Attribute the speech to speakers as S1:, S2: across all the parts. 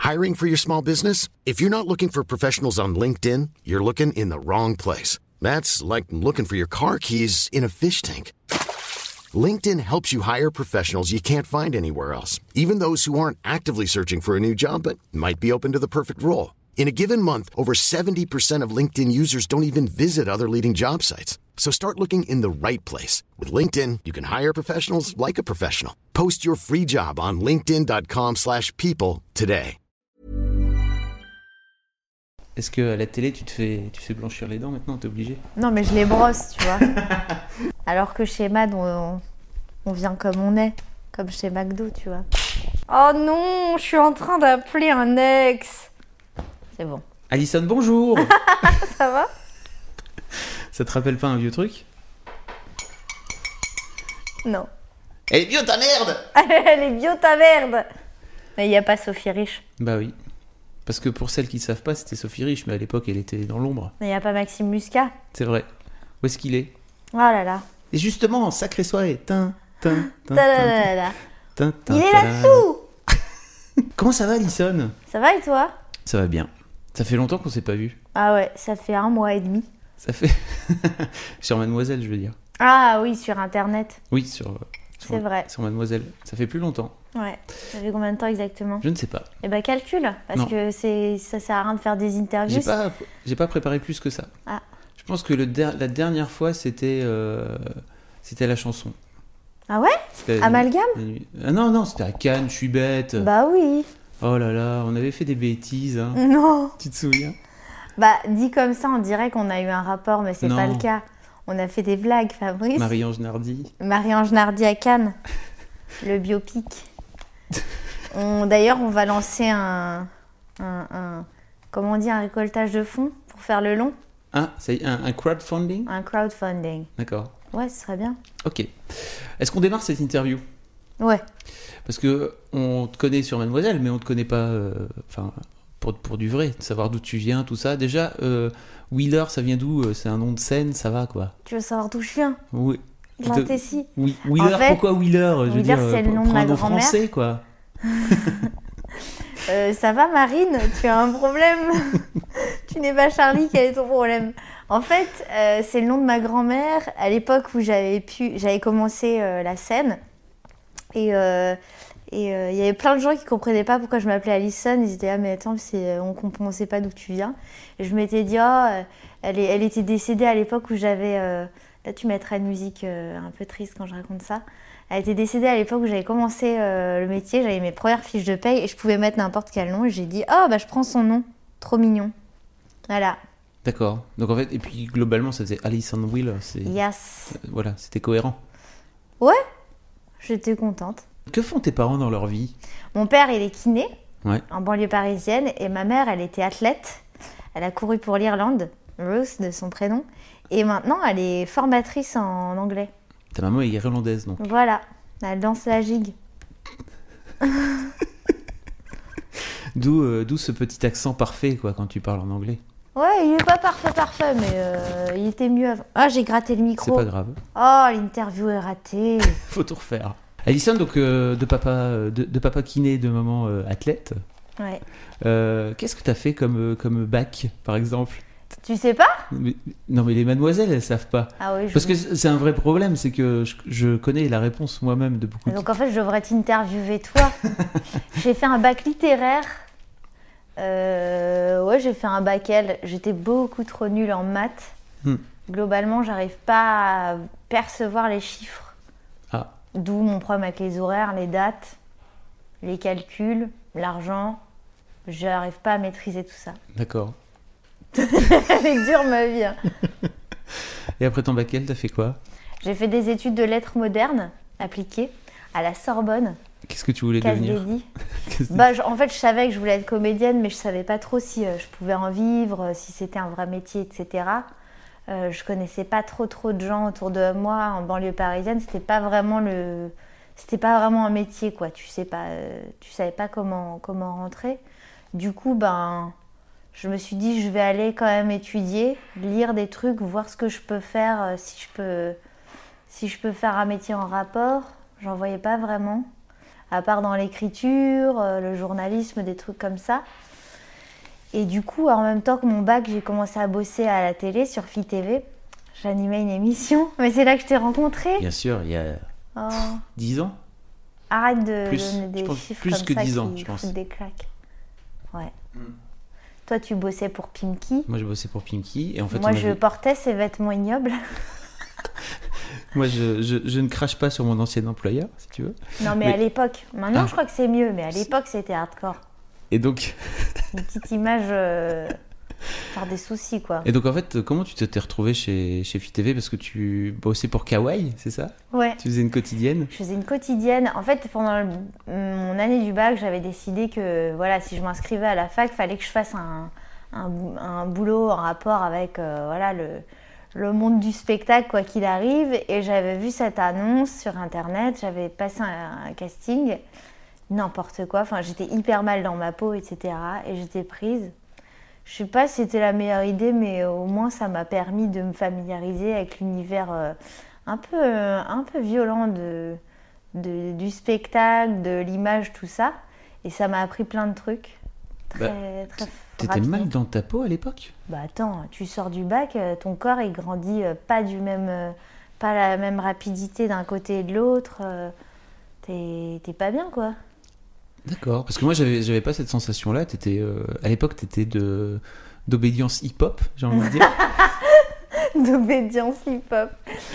S1: Hiring for your small business? If you're not looking for professionals on LinkedIn, you're looking in the wrong place. That's like looking for your car keys in a fish tank. LinkedIn helps you hire professionals you can't find anywhere else, even those who aren't actively searching for a new job but might be open to the perfect role. In a given month, over 70% of LinkedIn users don't even visit other leading job sites. So start looking in the right place. With LinkedIn, you can hire professionals like a professional. Post your free job on linkedin.com/people today.
S2: Est-ce qu'à la télé, tu te fais blanchir les dents maintenant? T'es obligé?
S3: Non, mais je les brosse, tu vois. Alors que chez Mad, on vient comme on est. Comme chez McDo, tu vois. Oh non, je suis en train d'appeler un ex. C'est bon.
S2: Alison, bonjour.
S3: Ça va?
S2: Ça te rappelle pas un vieux truc?
S3: Non.
S2: Elle est bio ta merde.
S3: Elle est bio ta merde. Mais il n'y a pas Sophie Riche.
S2: Bah oui. Parce que pour celles qui ne savent pas, c'était Sophie Riche, mais à l'époque, elle était dans l'ombre.
S3: Mais il n'y a pas Maxime Muscat.
S2: C'est vrai. Où est-ce qu'il est?
S3: Oh là là.
S2: Et justement, sacrée soirée. Il
S3: Il est là-dessous.
S2: Comment ça va, Alison?
S3: Ça va et toi?
S2: Ça va bien. Ça fait longtemps qu'on s'est pas vu.
S3: Ah ouais, ça fait 1 mois et demi.
S2: Ça fait... Sur Mademoiselle, je veux dire.
S3: Ah oui, sur Internet.
S2: Oui,
S3: c'est vrai.
S2: Sur Mademoiselle. Ça fait plus longtemps.
S3: Ouais. Ça fait combien de temps exactement?
S2: Je ne sais pas.
S3: Eh ben calcule, parce
S2: Non.
S3: que ça sert à rien de faire des interviews.
S2: J'ai pas préparé plus que ça.
S3: Ah.
S2: Je pense que la dernière fois, c'était la chanson.
S3: Ah ouais? Amalgame?
S2: Ah non, c'était à Cannes, je suis bête.
S3: Bah oui.
S2: Oh là là, on avait fait des bêtises. Hein.
S3: Non.
S2: Tu te souviens?
S3: Bah dit comme ça, on dirait qu'on a eu un rapport, mais c'est
S2: Non.
S3: pas le cas. On a fait des blagues, Fabrice.
S2: Marie-Ange Nardi.
S3: Marie-Ange Nardi à Cannes. Le biopic. D'ailleurs, on va lancer comment on dit, un récoltage de fonds pour faire le long.
S2: Ah, c'est un crowdfunding?
S3: Un crowdfunding.
S2: D'accord.
S3: Ouais, ce serait bien.
S2: Ok. Est-ce qu'on démarre cette interview?
S3: Ouais.
S2: Parce que on te connaît sur Mademoiselle, mais on te connaît pas, pour du vrai, de savoir d'où tu viens, tout ça. Déjà, Wheeler, ça vient d'où? C'est un nom de scène, ça va quoi?
S3: Tu veux savoir d'où je viens?
S2: Oui.
S3: L'Intessie.
S2: Oui. Wheeler, en fait, pourquoi Wheeler? Je veux dire,
S3: c'est le nom de ma
S2: nom
S3: grand-mère.
S2: français quoi.
S3: Ça va Marine? Tu as un problème? Tu n'es pas Charlie, quel est ton problème? En fait, c'est le nom de ma grand-mère à l'époque où j'avais commencé la scène. Et il y avait plein de gens qui comprenaient pas pourquoi je m'appelais Alison. Ils étaient mais attends, on comprenait pas d'où tu viens. Et je m'étais dit elle était décédée à l'époque où j'avais là tu mettras une musique un peu triste quand je raconte ça. Elle était décédée à l'époque où j'avais commencé le métier, j'avais mes premières fiches de paye et je pouvais mettre n'importe quel nom et j'ai dit je prends son nom, trop mignon. Voilà.
S2: D'accord. Donc en fait, et puis globalement ça faisait Alison Wheeler.
S3: Yes.
S2: Voilà, c'était cohérent.
S3: Ouais. J'étais contente.
S2: Que font tes parents dans leur vie?
S3: Mon père, il est kiné,
S2: ouais.
S3: En banlieue parisienne, et ma mère, elle était athlète. Elle a couru pour l'Irlande, Ruth de son prénom, et maintenant, elle est formatrice en anglais.
S2: Ta maman est irlandaise, non?
S3: Voilà, elle danse la gigue.
S2: D'où ce petit accent parfait, quoi, quand tu parles en anglais.
S3: Ouais, il est pas parfait, mais il était mieux avant. Ah, j'ai gratté le micro.
S2: C'est pas grave.
S3: Oh, l'interview est ratée.
S2: Faut tout refaire. Alison, donc de papa kiné, de maman athlète.
S3: Ouais.
S2: Qu'est-ce que t'as fait comme bac, par exemple?
S3: Tu sais pas?
S2: Non, mais les mademoiselles, elles savent pas.
S3: Ah oui.
S2: Parce que c'est un vrai problème, c'est que je connais la réponse moi-même de beaucoup de...
S3: Donc en fait, je devrais t'interviewer toi. J'ai fait un bac littéraire. Ouais, j'ai fait un bac L. J'étais beaucoup trop nulle en maths. Globalement, j'arrive pas à percevoir les chiffres.
S2: Ah.
S3: D'où mon problème avec les horaires, les dates, les calculs, l'argent. J'arrive pas à maîtriser tout ça.
S2: D'accord.
S3: Elle est dure ma vie. Hein.
S2: Et après ton bac L, t'as fait quoi?
S3: J'ai fait des études de lettres modernes appliquées à la Sorbonne.
S2: Qu'est-ce que tu voulais devenir?
S3: En fait, je savais que je voulais être comédienne, mais je savais pas trop si je pouvais en vivre, si c'était un vrai métier, etc. Je connaissais pas trop de gens autour de moi en banlieue parisienne. C'était pas vraiment un métier, quoi. Tu savais pas comment rentrer. Du coup, je me suis dit, je vais aller quand même étudier, lire des trucs, voir ce que je peux faire, si je peux faire un métier en rapport. J'en voyais pas vraiment. à part dans l'écriture, le journalisme, des trucs comme ça. Et du coup, en même temps que mon bac, j'ai commencé à bosser à la télé sur Fi TV. J'animais une émission, mais c'est là que je t'ai rencontré.
S2: Bien sûr, il y a 10 ans.
S3: Arrête de
S2: Plus,
S3: donner des
S2: je pense,
S3: chiffres
S2: plus
S3: comme
S2: que
S3: ça
S2: 10 ans,
S3: qui
S2: je pense.
S3: foutent des claques. Ouais. Toi, tu bossais pour Pimki.
S2: Moi, je bossais pour Pimki. Et en fait,
S3: Moi, je portais ces vêtements ignobles.
S2: Moi, je ne crache pas sur mon ancien employeur, si tu veux.
S3: Non, mais à l'époque. Maintenant, je crois que c'est mieux, mais à l'époque, c'était hardcore.
S2: Et donc...
S3: Une petite image... Faire des soucis, quoi.
S2: Et donc, en fait, comment tu t'es retrouvé chez Fi TV? Parce que tu bossais pour Kawaii, c'est ça?
S3: Ouais.
S2: Tu faisais une quotidienne?
S3: Je faisais une quotidienne. En fait, pendant mon année du bac, j'avais décidé que voilà, si je m'inscrivais à la fac, il fallait que je fasse un boulot en rapport avec voilà, le monde du spectacle, quoi qu'il arrive. Et j'avais vu cette annonce sur Internet, j'avais passé un casting, n'importe quoi. Enfin, j'étais hyper mal dans ma peau, etc. Et j'étais prise. Je sais pas si c'était la meilleure idée, mais au moins ça m'a permis de me familiariser avec l'univers un peu violent du spectacle, de l'image, tout ça. Et ça m'a appris plein de trucs. Très
S2: T'étais mal dans ta peau à l'époque?
S3: Bah attends, tu sors du bac, ton corps il grandit pas la même rapidité d'un côté et de l'autre. T'es pas bien, quoi.
S2: D'accord, parce que moi j'avais pas cette sensation-là. À l'époque, t'étais d'obédience hip-hop, j'ai envie de dire.
S3: D'obédience hip-hop.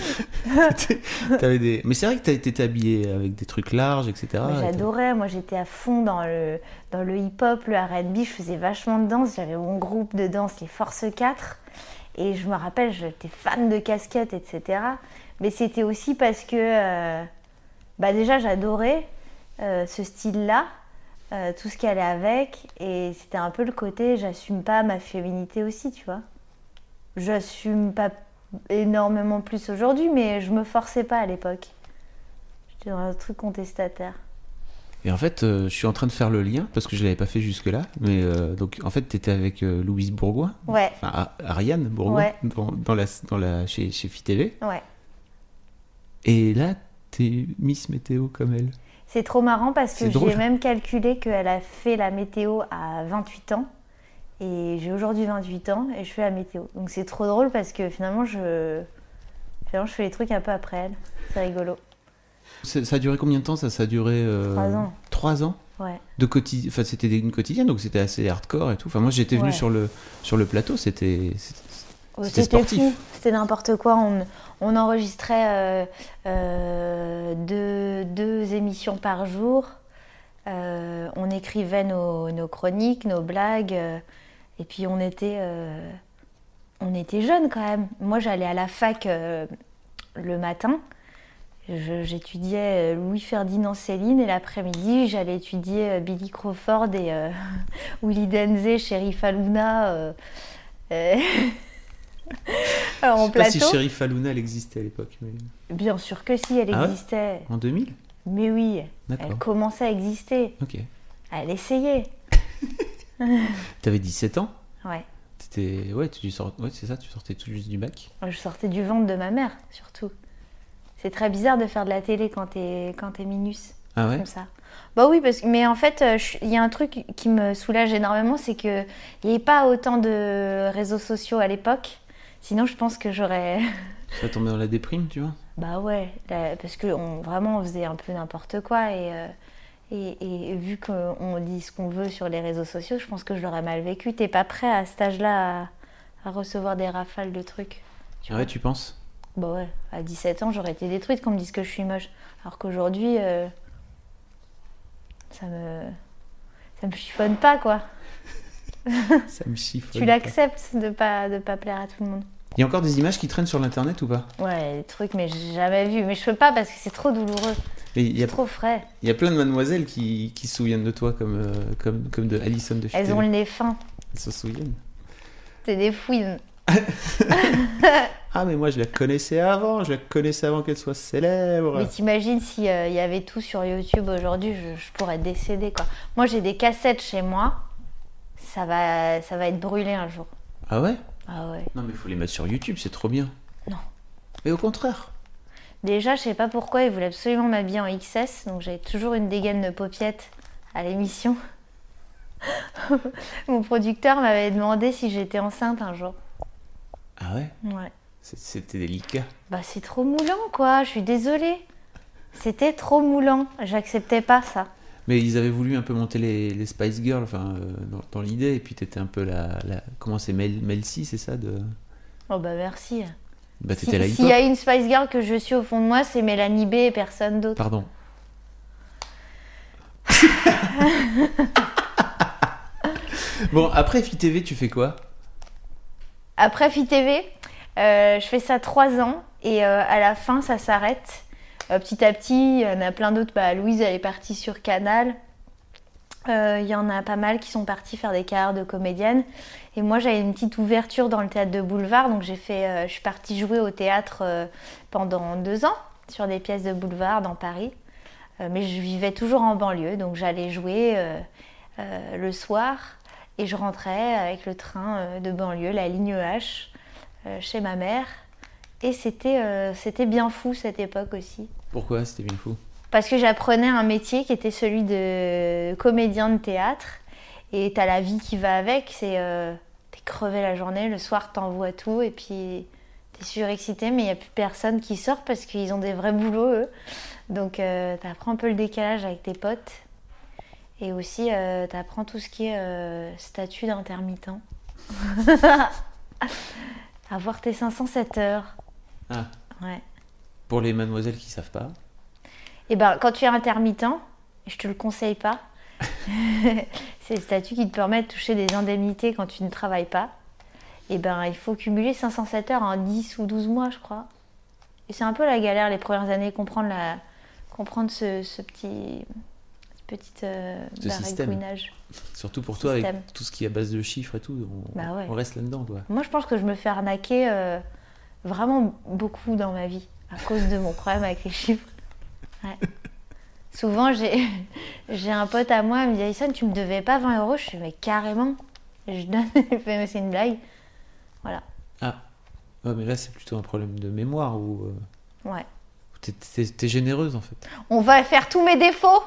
S2: Mais c'est vrai que t'étais habillée avec des trucs larges, etc.
S3: J'adorais, moi j'étais à fond dans le hip-hop, le R&B, je faisais vachement de danse. J'avais mon groupe de danse, les Force 4. Et je me rappelle, j'étais fan de casquettes, etc. Mais c'était aussi parce que déjà j'adorais ce style-là. Tout ce qui allait avec, et c'était un peu le côté j'assume pas ma féminité aussi, tu vois. J'assume pas énormément plus aujourd'hui, mais je me forçais pas à l'époque. J'étais dans un truc contestataire.
S2: Et en fait, je suis en train de faire le lien, parce que je l'avais pas fait jusque-là, mais donc en fait t'étais avec Louise Bourgoin,
S3: ouais.
S2: Enfin Ariane Bourgoin,
S3: ouais.
S2: chez Fi TV.
S3: Ouais.
S2: Et là, t'es Miss Météo comme elle.
S3: C'est trop marrant parce que j'ai même calculé qu'elle a fait la météo à 28 ans. Et j'ai aujourd'hui 28 ans et je fais la météo. Donc c'est trop drôle parce que finalement, je fais les trucs un peu après elle. C'est rigolo.
S2: Ça a duré combien de temps, ça? Ça a duré
S3: 3 ans.
S2: 3 ans?
S3: Ouais.
S2: Enfin, c'était une quotidienne, donc c'était assez hardcore et tout. Enfin, moi, j'étais venu sur le plateau, c'était sportif.
S3: Fou. C'était n'importe quoi. On enregistrait 2 émissions par jour. On écrivait nos chroniques, nos blagues. Et puis on était jeunes quand même. Moi, j'allais à la fac le matin. J'étudiais Louis-Ferdinand Céline et l'après-midi, j'allais étudier Billy Crawford et Willy Denzey, Sheriff Aluna. En
S2: je sais
S3: plateau.
S2: pas si Sheriff Aluna elle existait à l'époque. Mais...
S3: Bien sûr que si, elle existait.
S2: En 2000?
S3: Mais oui,
S2: d'accord.
S3: Elle commençait à exister.
S2: Ok.
S3: Elle essayait.
S2: T'avais 17 ans?
S3: Ouais.
S2: C'est ça, tu sortais tout juste du bac?
S3: Je sortais du ventre de ma mère, surtout. C'est très bizarre de faire de la télé quand t'es minus.
S2: Ah ouais?
S3: Comme ça. Bah oui, mais en fait, il y a un truc qui me soulage énormément, c'est qu'il n'y avait pas autant de réseaux sociaux à l'époque. Sinon, je pense que j'aurais...
S2: Tu vas tomber dans la déprime, tu vois?
S3: Bah ouais, parce qu'on on faisait un peu n'importe quoi et vu qu'on dit ce qu'on veut sur les réseaux sociaux, je pense que je l'aurais mal vécu. T'es pas prêt à cet âge-là à recevoir des rafales de trucs.
S2: Ah ouais, tu penses?
S3: Bah ouais, à 17 ans, j'aurais été détruite qu'on me dise que je suis moche. Alors qu'aujourd'hui, ça me chiffonne pas, quoi.
S2: Ça me chiffonne.
S3: Tu l'acceptes de pas plaire à tout le monde.
S2: Il y a encore des images qui traînent sur l'internet ou pas?
S3: Ouais, des trucs, mais j'ai jamais vu. Mais je peux pas parce que c'est trop douloureux. C'est trop frais.
S2: Il y a plein de mademoiselles qui se souviennent de toi comme de Alison de Fi TV.
S3: Elles ont le nez fin.
S2: Elles se souviennent.
S3: C'est des fouines.
S2: Ah mais moi je la connaissais avant qu'elle soit célèbre.
S3: Mais t'imagines s'il y avait tout sur YouTube aujourd'hui, je pourrais décéder, quoi. Moi j'ai des cassettes chez moi, ça va être brûlé un jour.
S2: Ah ouais?
S3: Ah ouais.
S2: Non mais il faut les mettre sur YouTube, c'est trop bien.
S3: Non.
S2: Mais au contraire.
S3: Déjà, je sais pas pourquoi, il voulait absolument m'habiller en XS, donc j'avais toujours une dégaine de paupiètes à l'émission. Mon producteur m'avait demandé si j'étais enceinte un jour.
S2: Ah ouais?
S3: Ouais.
S2: C'était délicat.
S3: Bah c'est trop moulant quoi, je suis désolée. C'était trop moulant, j'acceptais pas ça.
S2: Mais ils avaient voulu un peu monter les Spice Girls, enfin, dans l'idée, et puis t'étais un peu comment c'est, Mel C, c'est ça de...
S3: Oh bah merci.
S2: Bah t'étais la
S3: S'il y a une Spice Girl que je suis au fond de moi, c'est Mélanie B et personne d'autre.
S2: Pardon. Bon, après FITV, tu fais quoi?
S3: Après FITV, je fais ça 3 ans et à la fin ça s'arrête. Petit à petit, il y en a plein d'autres. Bah, Louise, elle est partie sur Canal. Il y en a pas mal qui sont partis faire des carrières de comédienne. Et moi, j'avais une petite ouverture dans le théâtre de boulevard. Donc, je suis partie jouer au théâtre pendant 2 ans sur des pièces de boulevard dans Paris. Mais je vivais toujours en banlieue. Donc, j'allais jouer le soir et je rentrais avec le train de banlieue, la ligne H, chez ma mère. Et c'était bien fou cette époque aussi.
S2: Pourquoi c'était bien fou?
S3: Parce que j'apprenais un métier qui était celui de comédien de théâtre. Et t'as la vie qui va avec. T'es crevé la journée, le soir t'envoies tout et puis t'es surexcité, mais il n'y a plus personne qui sort parce qu'ils ont des vrais boulots, eux. Donc t'apprends un peu le décalage avec tes potes. Et aussi t'apprends tout ce qui est statut d'intermittent. Avoir tes 507 heures.
S2: Ah.
S3: Ouais.
S2: Pour les mademoiselles qui savent pas.
S3: Et ben quand tu es intermittent, je te le conseille pas. C'est le statut qui te permet de toucher des indemnités quand tu ne travailles pas. Et ben il faut cumuler 507 heures en 10 ou 12 mois, je crois. Et c'est un peu la galère les premières années, comprendre ce petit baragouinage.
S2: Surtout pour toi, avec tout ce qui est à base de chiffres et tout, on reste là-dedans, quoi.
S3: Moi, je pense que je me fais arnaquer vraiment beaucoup dans ma vie à cause de mon problème avec les chiffres. Ouais. Souvent, j'ai un pote à moi, il me dit « Alison, tu me devais pas 20 €. Je fais « Mais carrément !» Je donne, il fait « Mais c'est une blague. » Voilà.
S2: Ah, ouais, mais là, c'est plutôt un problème de mémoire ou...
S3: Ouais.
S2: T'es généreuse, en fait.
S3: On va faire tous mes défauts.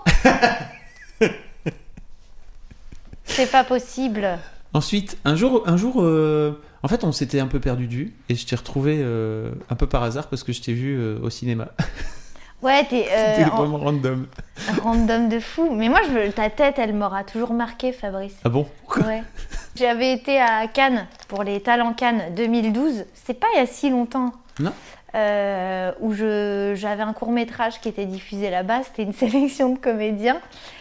S3: C'est pas possible.
S2: Ensuite, un jour en fait, on s'était un peu perdu de vue et je t'ai retrouvé un peu par hasard parce que je t'ai vu au cinéma.
S3: Ouais,
S2: c'était vraiment random.
S3: Random de fou. Mais moi, ta tête, elle m'aura toujours marqué, Fabrice.
S2: Ah bon?
S3: Ouais. J'avais été à Cannes pour les Talents Cannes 2012. C'est pas il y a si longtemps.
S2: Non.
S3: Où j'avais un court-métrage qui était diffusé là-bas. C'était une sélection de comédiens.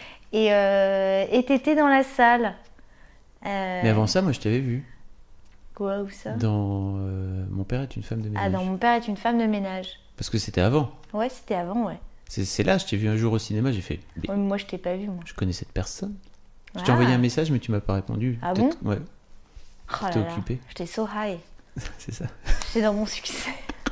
S3: Et t'étais dans la salle.
S2: Mais avant ça, moi, je t'avais vu.
S3: Quoi, où ça?
S2: Dans Mon père est une femme de ménage.
S3: Ah, dans Mon père est une femme de ménage.
S2: Parce que c'était avant.
S3: Ouais, c'était avant, ouais.
S2: C'est là, je t'ai vu un jour au cinéma, j'ai fait...
S3: Ouais, moi, je t'ai pas vu, moi.
S2: Je connais cette personne. Je t'ai envoyé un message, mais tu m'as pas répondu.
S3: Ah bon?
S2: Ouais.
S3: Oh
S2: j'étais occupé.
S3: J'étais so high.
S2: C'est ça.
S3: J'étais dans mon succès.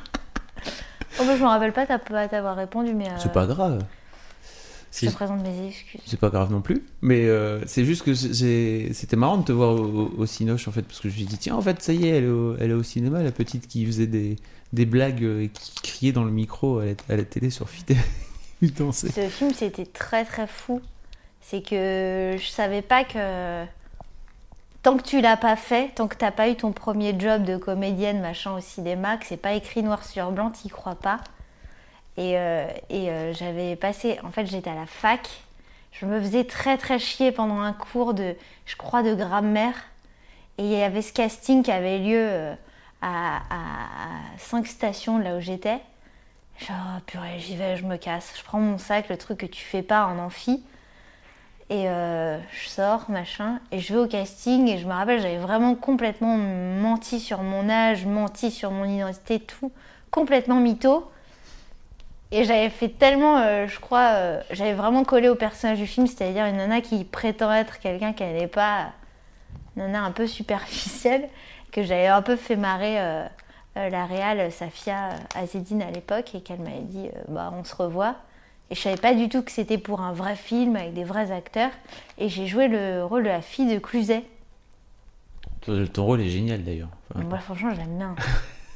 S3: Oh, bah, je me rappelle pas t'avoir répondu, mais...
S2: C'est pas grave.
S3: Je te présente mes excuses.
S2: C'est pas grave non plus, mais c'est juste que c'était marrant de te voir au Cinoche, en fait, parce que je me suis dit, tiens, en fait, ça y est, elle est au cinéma, la petite qui faisait des blagues et qui criait dans le micro à la télé sur FITV.
S3: Ce film, c'était très très fou. C'est que je savais pas que tant que tu l'as pas fait, tant que t'as pas eu ton premier job de comédienne machin au cinéma, que c'est pas écrit noir sur blanc, t'y crois pas. Et j'avais passé, en fait j'étais à la fac, je me faisais très très chier pendant un cours je crois de grammaire, et il y avait ce casting qui avait lieu à 5 stations de là où j'étais. Genre purée, j'y vais, je me casse, je prends mon sac, le truc que tu fais pas en amphi, et je sors machin, et je vais au casting, et je me rappelle j'avais vraiment complètement menti sur mon âge, menti sur mon identité, tout, complètement mytho. Et j'avais fait tellement, je crois, j'avais vraiment collé au personnage du film, c'est-à-dire une nana qui prétend être quelqu'un qu'elle n'est pas, une nana un peu superficielle, que j'avais un peu fait marrer la réal Safia Azedine à l'époque, et qu'elle m'avait dit, bah on se revoit. Et je savais pas du tout que c'était pour un vrai film avec des vrais acteurs, et j'ai joué le rôle de la fille de Cluzet.
S2: Ton rôle est génial d'ailleurs.
S3: Moi franchement j'aime bien.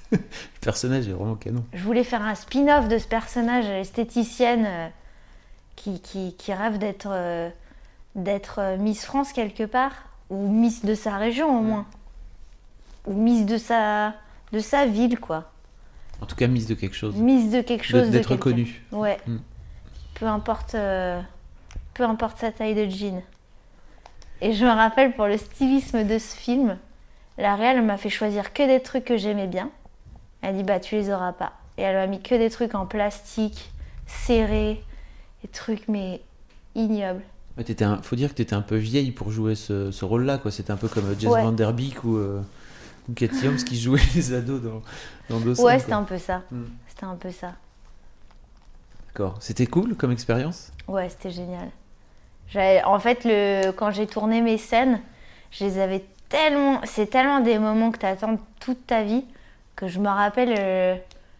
S2: Le personnage est vraiment canon.
S3: Je voulais faire un spin-off de ce personnage, esthéticienne qui rêve d'être Miss France quelque part, ou Miss de sa région au moins, ou Miss de sa ville, quoi.
S2: En tout cas, mise de quelque chose.
S3: Miss de quelque chose.
S2: D'être
S3: quelqu'un.
S2: reconnue.
S3: Ouais. Peu importe sa taille de jean. Et je me rappelle, pour le stylisme de ce film, la réal m'a fait choisir que des trucs que j'aimais bien. Elle dit, bah tu les auras pas. Et elle m'a mis que des trucs en plastique, serrés, des trucs mais ignobles.
S2: Ouais, faut dire que t'étais un peu vieille pour jouer ce rôle-là, quoi. C'était un peu comme Jess Van Der Beek ou Cathy Holmes qui jouaient les ados dans Dawson.
S3: Ouais, c'était un peu ça. C'était un peu ça.
S2: D'accord. C'était cool comme expérience ?
S3: Ouais, c'était génial. En fait, quand j'ai tourné mes scènes, je les avais tellement... C'est tellement des moments que t'attends toute ta vie que je me rappelle...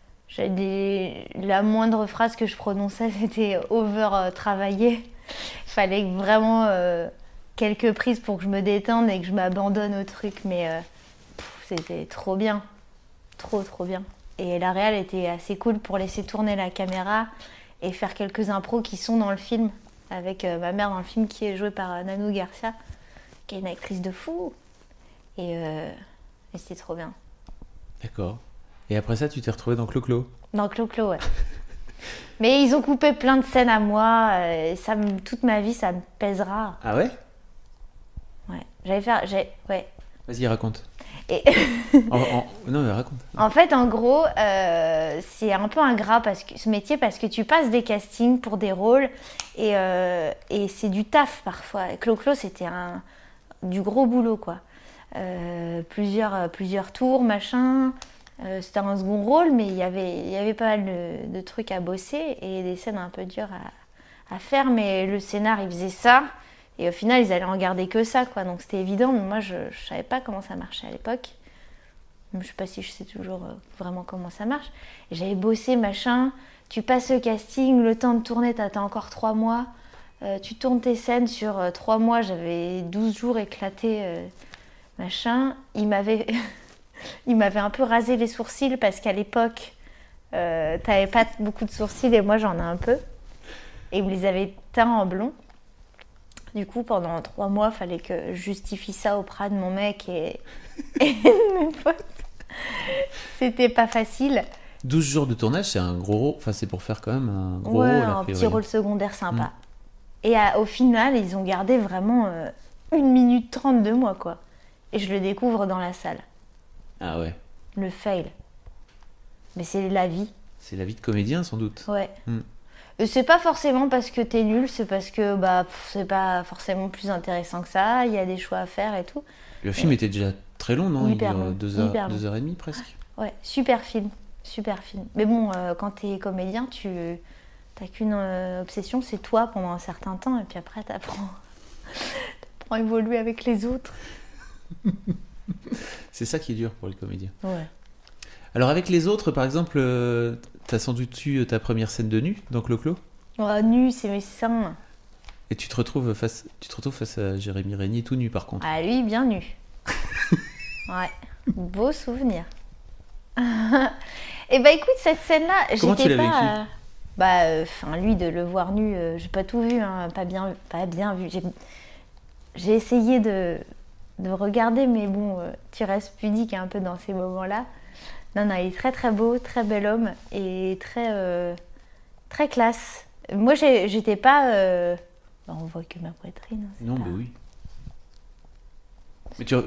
S3: la moindre phrase que je prononçais, c'était over-travaillé. Il fallait vraiment quelques prises pour que je me détende et que je m'abandonne au truc. Mais c'était trop bien. Trop bien. Et la réal était assez cool pour laisser tourner la caméra et faire quelques impros qui sont dans le film. Avec ma mère dans le film qui est jouée par Nanou Garcia, qui est une actrice de fou. Et c'était trop bien.
S2: D'accord. Et après ça, tu t'es retrouvée dans Clo-Clo ?
S3: Dans Clo-Clo, ouais. Mais ils ont coupé plein de scènes à moi. Toute ma vie, ça me pèsera.
S2: Ah ouais ?
S3: Ouais. Ouais.
S2: Vas-y, raconte.
S3: Et
S2: Non, mais raconte.
S3: En fait, en gros, c'est un peu ingrat ce métier parce que tu passes des castings pour des rôles et c'est du taf parfois. Clo-Clo, c'était du gros boulot, quoi. Plusieurs tours, machin. C'était un second rôle, mais il y avait pas mal de trucs à bosser et des scènes un peu dures à faire. Mais le scénar, il faisait ça. Et au final, ils allaient en garder que ça, quoi. Donc c'était évident, mais moi, je savais pas comment ça marchait à l'époque. Je sais pas si je sais toujours vraiment comment ça marche. Et j'avais bossé, machin. Tu passes le casting, le temps de tourner, t'attends encore 3 mois. Tu tournes tes scènes sur 3 mois. J'avais 12 jours éclatés, machin. Il m'avait un peu rasé les sourcils parce qu'à l'époque, t'avais pas beaucoup de sourcils et moi, j'en ai un peu. Et il me les avait teints en blond. Du coup, pendant 3 mois, il fallait que je justifie ça auprès de mon mec et de mes potes. C'était pas facile.
S2: 12 jours de tournage, c'est un gros rôle. Enfin, c'est pour faire quand même un gros rôle.
S3: Un petit rôle secondaire sympa. Et au final, ils ont gardé vraiment 1 minute 30 de moi, quoi. Et je le découvre dans la salle.
S2: Ah ouais.
S3: Le fail. Mais c'est la vie.
S2: C'est la vie de comédien, sans doute.
S3: Ouais. Et c'est pas forcément parce que t'es nul, c'est parce que c'est pas forcément plus intéressant que ça. Il y a des choix à faire et tout.
S2: Le film était déjà très long, non ?
S3: Hyper long.
S2: 2 heures et demie presque.
S3: Ouais, super film. Mais bon, quand t'es comédien, t'as qu'une obsession, c'est toi pendant un certain temps, et puis après t'apprends à évoluer avec les autres.
S2: C'est ça qui est dur pour les comédiens.
S3: Ouais.
S2: Alors avec les autres, par exemple, t'as sans doute eu ta première scène de nu dans Clo-Clo ?
S3: Nu, c'est mes seins.
S2: Et tu te retrouves face à Jérémy Régnier tout nu, par contre.
S3: Ah, lui, bien nu. Ouais, beau souvenir. Et écoute, cette scène-là,
S2: comment tu l'as
S3: vécu ? Lui, de le voir nu, j'ai pas tout vu, hein, pas bien vu. J'ai essayé de regarder, mais bon, tu restes pudique un peu dans ces moments-là. Non, il est très très beau, très bel homme et très classe. Moi, j'étais pas... on voit que ma poitrine.
S2: Non, mais oui. Mais tu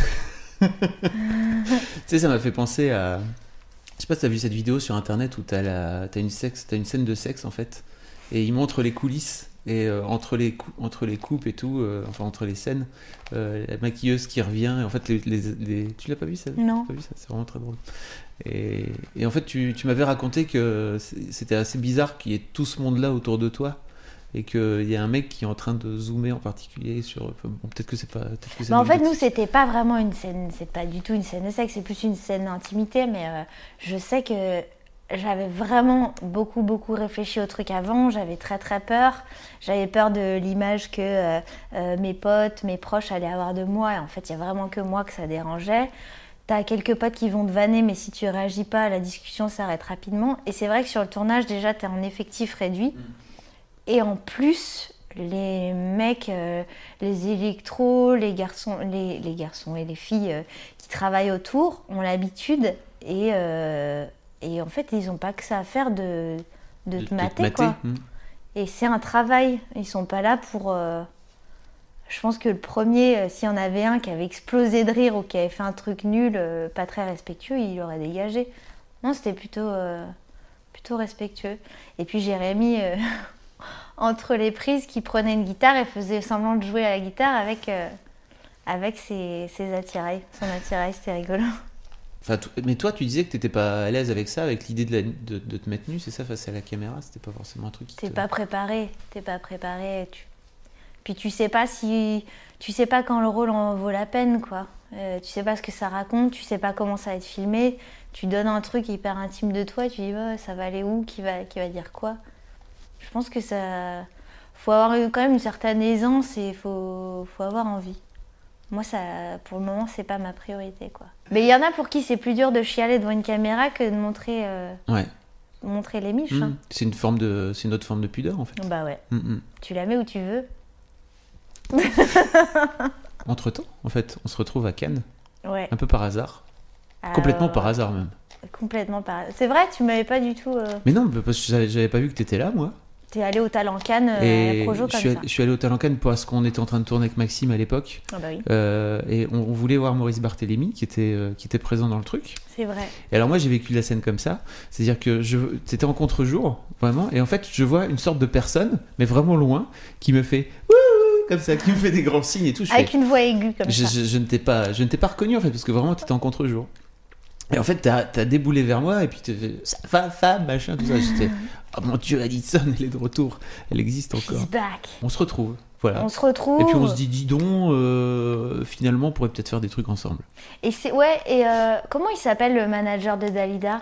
S2: sais, ça m'a fait penser à... Je sais pas si t'as vu cette vidéo sur internet où t'as une scène de sexe en fait, et ils montrent les coulisses et entre les coupes et tout, entre les scènes, la maquilleuse qui revient et en fait tu l'as pas vu ça ?
S3: Non.
S2: Pas vu ça ? C'est vraiment très drôle. Et en fait tu m'avais raconté que c'était assez bizarre qu'il y ait tout ce monde là autour de toi et qu'il y a un mec qui est en train de zoomer en particulier sur... peut-être que c'est pas...
S3: en fait, nous, c'était pas vraiment une scène... C'est pas du tout une scène de sexe, c'est plus une scène d'intimité, mais je sais que j'avais vraiment beaucoup, beaucoup réfléchi au truc avant. J'avais très, très peur. J'avais peur de l'image que mes potes, mes proches allaient avoir de moi. Et en fait, il y a vraiment que moi que ça dérangeait. t'as quelques potes qui vont te vanner, mais si tu réagis pas, la discussion s'arrête rapidement. Et c'est vrai que sur le tournage, déjà, t'es en effectif réduit. Et en plus, les mecs, les électros, les garçons et les filles qui travaillent autour ont l'habitude. Et en fait, ils n'ont pas que ça à faire de te mater, quoi. Et c'est un travail. Ils sont pas là pour... Je pense que le premier, s'il y en avait un qui avait explosé de rire ou qui avait fait un truc nul, pas très respectueux, il l'aurait dégagé. Non, c'était plutôt respectueux. Et puis Jérémy, entre les prises, qui prenait une guitare et faisait semblant de jouer à la guitare avec ses attirails. Son attirail, c'était rigolo.
S2: Enfin, mais toi, tu disais que t'étais pas à l'aise avec ça, avec l'idée de te mettre nu, c'est ça, face à la caméra. C'était pas forcément un truc qui
S3: T'es pas préparé. Puis tu sais pas quand le rôle en vaut la peine, quoi. Tu sais pas ce que ça raconte, tu sais pas comment ça va être filmé. Tu donnes un truc hyper intime de toi, tu dis ça va aller où, qui va dire quoi. Je pense que ça, faut avoir quand même une certaine aisance et faut avoir envie. Moi, ça, pour le moment, c'est pas ma priorité, quoi. Mais il y en a pour qui c'est plus dur de chialer devant une caméra que de montrer les miches. Hein.
S2: C'est une autre forme de pudeur, en fait.
S3: Bah ouais. Tu la mets où tu veux.
S2: Entre-temps, en fait, on se retrouve à Cannes.
S3: Ouais.
S2: Un peu par hasard. Complètement par hasard, même.
S3: Complètement par hasard. C'est vrai, tu m'avais pas du tout...
S2: Mais non, parce que j'avais pas vu que t'étais là, moi.
S3: T'es allé au Talent Cannes à la Projo comme ça.
S2: Je suis allé au Talent Cannes parce qu'on était en train de tourner avec Maxime à l'époque.
S3: Ah bah oui.
S2: Et on voulait voir Maurice Barthélémy qui était présent dans le truc.
S3: C'est vrai.
S2: Et alors moi j'ai vécu la scène comme ça. C'est-à-dire que c'était en contre-jour, vraiment. Et en fait je vois une sorte de personne, mais vraiment loin, qui me fait... comme ça, qui me fait des grands signes et tout.
S3: Avec une voix aiguë comme ça.
S2: Je ne t'ai pas reconnu en fait, parce que vraiment t'étais en contre-jour. Et en fait, t'as déboulé vers moi et puis t'as fait ça va, femme, machin, tout ça. J'étais, oh mon Dieu, Alison, elle est de retour. Elle existe encore.
S3: She's back.
S2: On se retrouve. Voilà.
S3: On se retrouve.
S2: Et puis on se dit, dis donc, finalement, on pourrait peut-être faire des trucs ensemble.
S3: Et comment il s'appelle le manager de Dalida?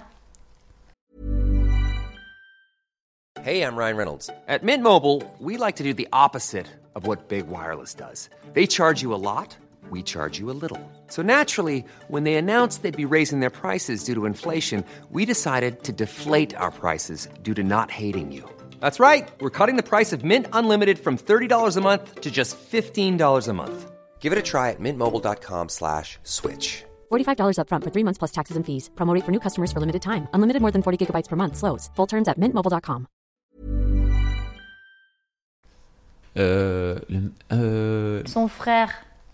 S4: Hey, I'm Ryan Reynolds. At Mint Mobile, we like to do the opposite of what Big Wireless does. They charge you a lot. We charge you a little. So naturally, when they announced they'd be raising their prices due to inflation, we decided to deflate our prices due to not hating you. That's right. We're cutting the price of Mint Unlimited from $30 a month to just $15 a month. Give it a try at mintmobile.com/switch.
S5: $45 up front for 3 months plus taxes and fees. Promo rate for new customers for limited time. Unlimited more than 40 gigabytes per month. Slows full terms at mintmobile.com.
S3: Son frère.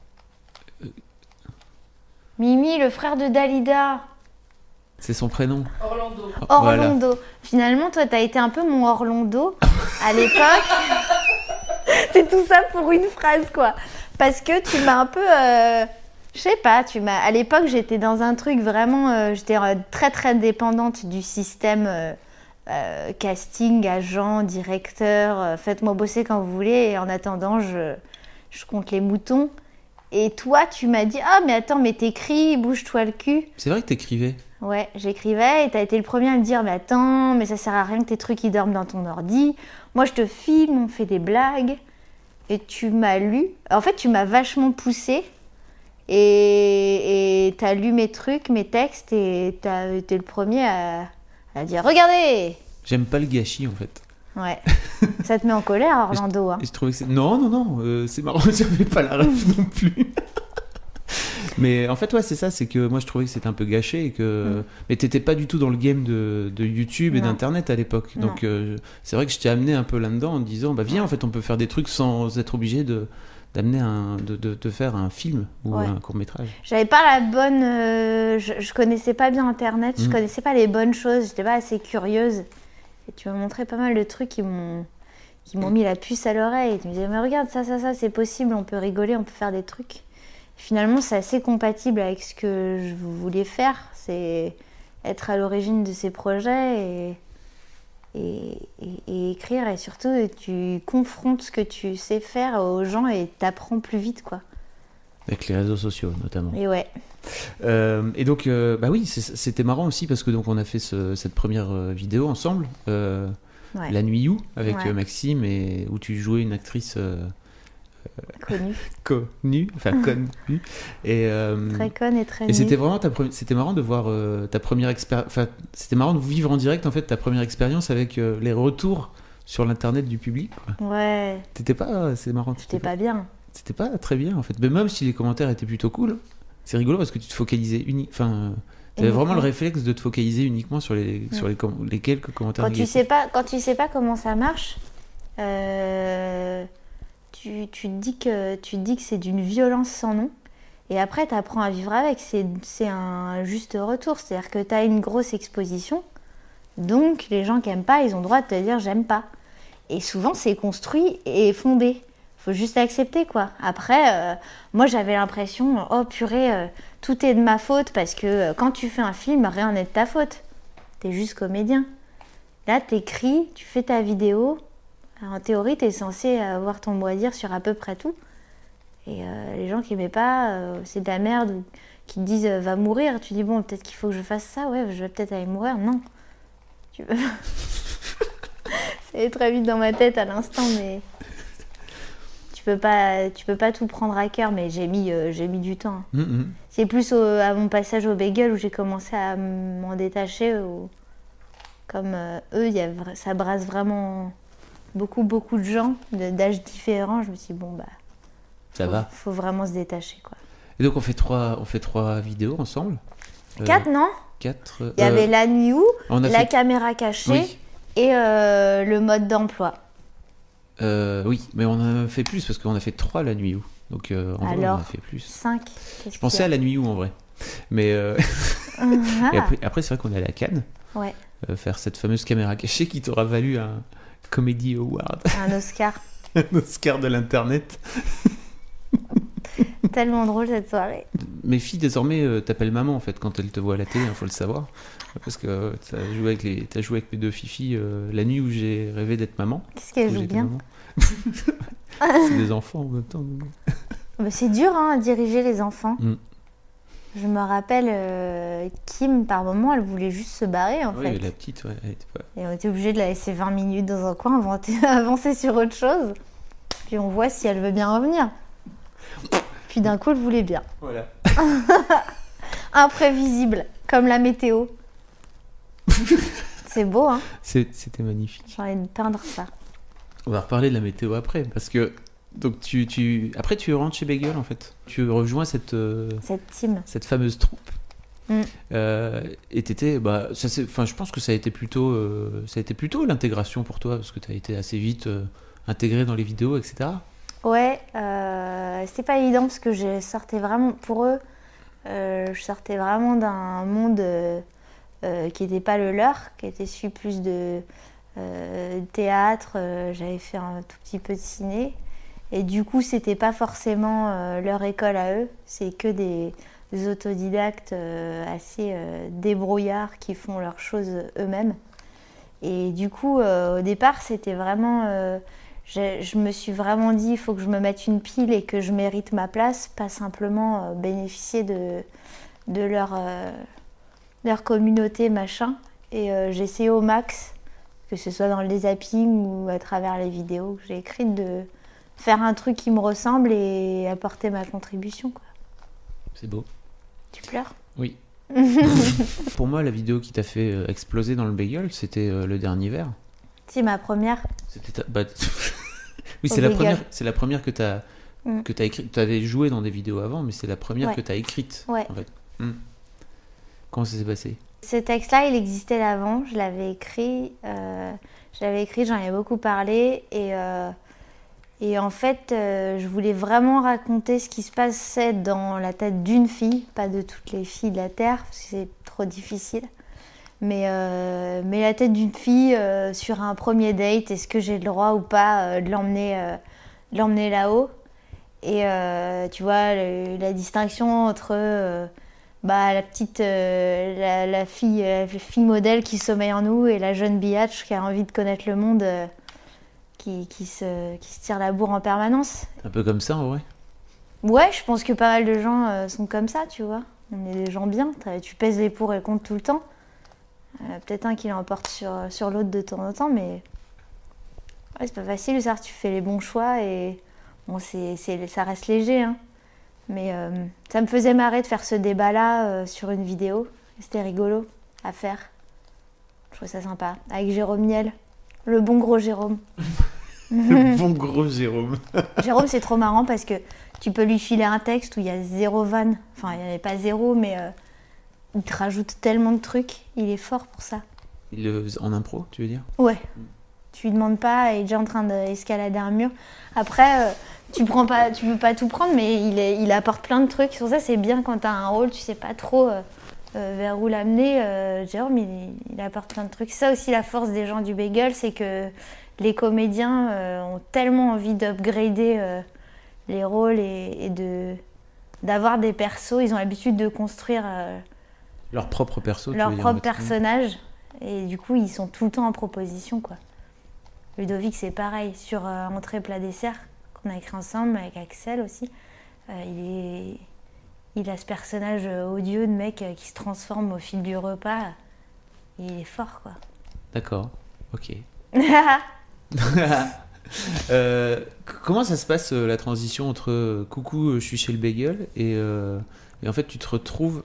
S3: Mimi, le frère de Dalida.
S2: C'est son prénom.
S3: Orlando.
S2: Voilà.
S3: Finalement, toi, t'as été un peu mon Orlando à l'époque. C'est tout ça pour une phrase, quoi. Parce que tu m'as un peu... je sais pas, à l'époque, j'étais dans un truc vraiment... j'étais très, très dépendante du système casting, agent, directeur. Faites-moi bosser quand vous voulez. Et en attendant, je compte les moutons. Et toi, tu m'as dit « Ah, mais attends, mais t'écris, bouge-toi le cul. »
S2: C'est vrai que t'écrivais.
S3: Ouais, j'écrivais et t'as été le premier à me dire « Mais attends, mais ça sert à rien que tes trucs ils dorment dans ton ordi. Moi, je te filme, on fait des blagues. » Et tu m'as lu. En fait, tu m'as vachement poussée. Et t'as lu mes trucs, mes textes et t'as été le premier à dire « Regardez !»
S2: J'aime pas le gâchis, en fait.
S3: Ouais. Ça te met en colère, Orlando. Hein.
S2: Je trouvais que c'est... Non, c'est marrant, j'avais pas la ref non plus. Mais en fait, ouais, c'est ça, c'est que moi je trouvais que c'était un peu gâché et que... Mais t'étais pas du tout dans le game de YouTube et d'internet à l'époque.
S3: Non.
S2: Donc c'est vrai que je t'ai amené un peu là-dedans en disant, bah viens, en fait, on peut faire des trucs sans être obligé de faire un film ou un court-métrage.
S3: J'avais pas la bonne... je connaissais pas bien internet, je connaissais pas les bonnes choses, j'étais pas assez curieuse. Et tu m'as montré pas mal de trucs qui m'ont mis la puce à l'oreille. Et tu me disais, mais regarde, ça, c'est possible, on peut rigoler, on peut faire des trucs. Et finalement, c'est assez compatible avec ce que je voulais faire. C'est être à l'origine de ces projets et écrire. Et surtout, tu confrontes ce que tu sais faire aux gens et t'apprends plus vite, quoi.
S2: Avec les réseaux sociaux, notamment.
S3: Et ouais.
S2: Et donc, bah oui, c'était marrant aussi parce que donc on a fait cette première vidéo ensemble, La Nuit You, avec Maxime, et où tu jouais une actrice
S3: Connu.
S2: connu. Et,
S3: Très conne et très
S2: et
S3: nue.
S2: c'était vraiment c'était marrant de voir ta première expérience. Enfin, c'était marrant de vivre en direct en fait ta première expérience avec les retours sur l'internet du public. Quoi.
S3: Ouais,
S2: C'est marrant.
S3: j'étais pas bien.
S2: C'était pas très bien en fait. Mais même si les commentaires étaient plutôt cool, c'est rigolo parce que tu te focalisais Enfin, t'avais vraiment le réflexe de te focaliser uniquement sur les quelques commentaires
S3: Quand tu sais pas comment ça marche, tu te dis que c'est d'une violence sans nom. Et après, tu apprends à vivre avec. C'est un juste retour. C'est-à-dire que tu as une grosse exposition. Donc, les gens qui n'aiment pas, ils ont le droit de te dire « j'aime pas ». Et souvent, c'est construit et fondé. Faut juste accepter, quoi. Après, moi, j'avais l'impression « oh purée, tout est de ma faute » parce que quand tu fais un film, rien n'est de ta faute. T'es juste comédien. Là, t'écris, tu fais ta vidéo. En théorie, t'es censé avoir ton mot à dire sur à peu près tout. Et les gens qui n'aimaient pas, c'est de la merde, ou qui te disent va mourir, tu dis bon, peut-être qu'il faut que je fasse ça, ouais, je vais peut-être aller mourir. Non. C'est très vite dans ma tête à l'instant, mais tu peux pas tout prendre à cœur, mais j'ai mis du temps. C'est plus à mon passage au bagel où j'ai commencé à m'en détacher, comme eux, ça brasse vraiment beaucoup de gens d'âges différents. Je me suis dit, bon, bah,
S2: ça va.
S3: Faut vraiment se détacher, quoi.
S2: Et donc on fait trois vidéos ensemble.
S3: 4, non
S2: 4.
S3: Il y avait la nuit où,
S2: la
S3: caméra cachée,
S2: oui.
S3: Et le mode d'emploi.
S2: Oui, mais on en a fait plus parce qu'on a fait 3 la nuit où. Donc en vrai, on a fait plus.
S3: 5.
S2: Je pensais à la nuit où en vrai. Mais et après c'est vrai qu'on est allé à Cannes.
S3: Ouais.
S2: Faire cette fameuse caméra cachée qui t'aura valu un Comedy Award.
S3: Un Oscar.
S2: Un Oscar de l'internet.
S3: Tellement drôle cette soirée.
S2: Mes filles désormais t'appellent maman en fait quand elles te voient à la télé, faut le savoir. Parce que t'as joué avec mes 2 filles la nuit où j'ai rêvé d'être maman.
S3: Qu'est-ce qu'elles jouent bien?
S2: C'est des enfants en même temps.
S3: Bah, c'est dur à diriger les enfants. Je me rappelle Kim, par moment, elle voulait juste se barrer en fait.
S2: Oui, la petite, ouais. Elle était pas...
S3: Et on était obligé de la laisser 20 minutes dans un coin, avancer sur autre chose. Puis on voit si elle veut bien revenir. Puis d'un coup, elle voulait bien.
S2: Voilà.
S3: Imprévisible, comme la météo. C'est beau, hein?
S2: C'était magnifique.
S3: J'ai envie de peindre ça.
S2: On va reparler de la météo après, parce que donc après tu rentres chez Bagel en fait. Tu rejoins cette
S3: team,
S2: cette fameuse troupe. Et t'étais, je pense que ça a été plutôt l'intégration pour toi, parce que tu as été assez vite intégré dans les vidéos, etc.
S3: Ouais, c'était pas évident parce que je sortais vraiment, pour eux, je sortais vraiment d'un monde qui n'était pas le leur, qui était celui plus de théâtre, j'avais fait un tout petit peu de ciné. Et du coup, c'était pas forcément leur école à eux, c'est que des autodidactes assez débrouillards qui font leurs choses eux-mêmes. Et du coup, au départ, c'était vraiment... je me suis vraiment dit, il faut que je me mette une pile et que je mérite ma place, pas simplement bénéficier de leur communauté, machin. Et j'ai essayé au max, que ce soit dans le zapping ou à travers les vidéos que j'ai écrites, de faire un truc qui me ressemble et apporter ma contribution, quoi.
S2: C'est beau.
S3: Tu pleures?
S2: Oui. Pour moi, la vidéo qui t'a fait exploser dans le bagel, c'était le dernier verre.
S3: C'est ma première.
S2: C'était oui, c'est la première que t'as écrite. Tu avais joué dans des vidéos avant, mais c'est la première que t'as écrite.
S3: Ouais.
S2: En fait. Comment ça s'est passé?
S3: Ce texte-là, il existait d'avant. Je l'avais écrit, j'en ai beaucoup parlé. Et en fait, je voulais vraiment raconter ce qui se passait dans la tête d'une fille, pas de toutes les filles de la Terre, parce que c'est trop difficile. Mais la tête d'une fille sur un premier date, est-ce que j'ai le droit ou pas de l'emmener là-haut? Et tu vois, la distinction entre la petite la fille modèle qui sommeille en nous et la jeune biatch qui a envie de connaître le monde, qui se tire la bourre en permanence.
S2: Un peu comme ça, en vrai?
S3: Ouais, je pense que pas mal de gens sont comme ça, tu vois. On est des gens bien, tu pèses les pour et le contre tout le temps. Peut-être un qui l'emporte sur l'autre de temps en temps, mais ouais, c'est pas facile, ça, tu fais les bons choix. Et Bon, ça reste léger, hein. Mais ça me faisait marrer de faire ce débat-là sur une vidéo. C'était rigolo à faire. Je trouve ça sympa. Avec Jérôme Niel. Le bon gros Jérôme.
S2: Le bon gros Jérôme.
S3: Jérôme, c'est trop marrant parce que tu peux lui filer un texte où il y a 0 vanne. Enfin, il n'y avait pas 0, mais il te rajoute tellement de trucs. Il est fort pour ça.
S2: En impro, tu veux dire ?
S3: Ouais. Tu lui demandes pas, il est déjà en train d'escalader un mur. Après, tu peux pas tout prendre, mais il apporte plein de trucs. Sur ça, c'est bien quand tu as un rôle, tu sais pas trop vers où l'amener. Jérôme, il apporte plein de trucs. C'est ça aussi la force des gens du Bagel, c'est que les comédiens ont tellement envie d'upgrader les rôles et d'avoir des persos. Ils ont l'habitude de construire
S2: leur propre perso,
S3: leur propre personnage. Et du coup, ils sont tout le temps en proposition, quoi. Ludovic, c'est pareil. Sur Entrée plat dessert, qu'on a écrit ensemble avec Axel aussi, il a ce personnage odieux de mec qui se transforme au fil du repas. Et il est fort, quoi.
S2: D'accord, ok. Comment ça se passe la transition entre coucou, je suis chez le Bagel et en fait tu te retrouves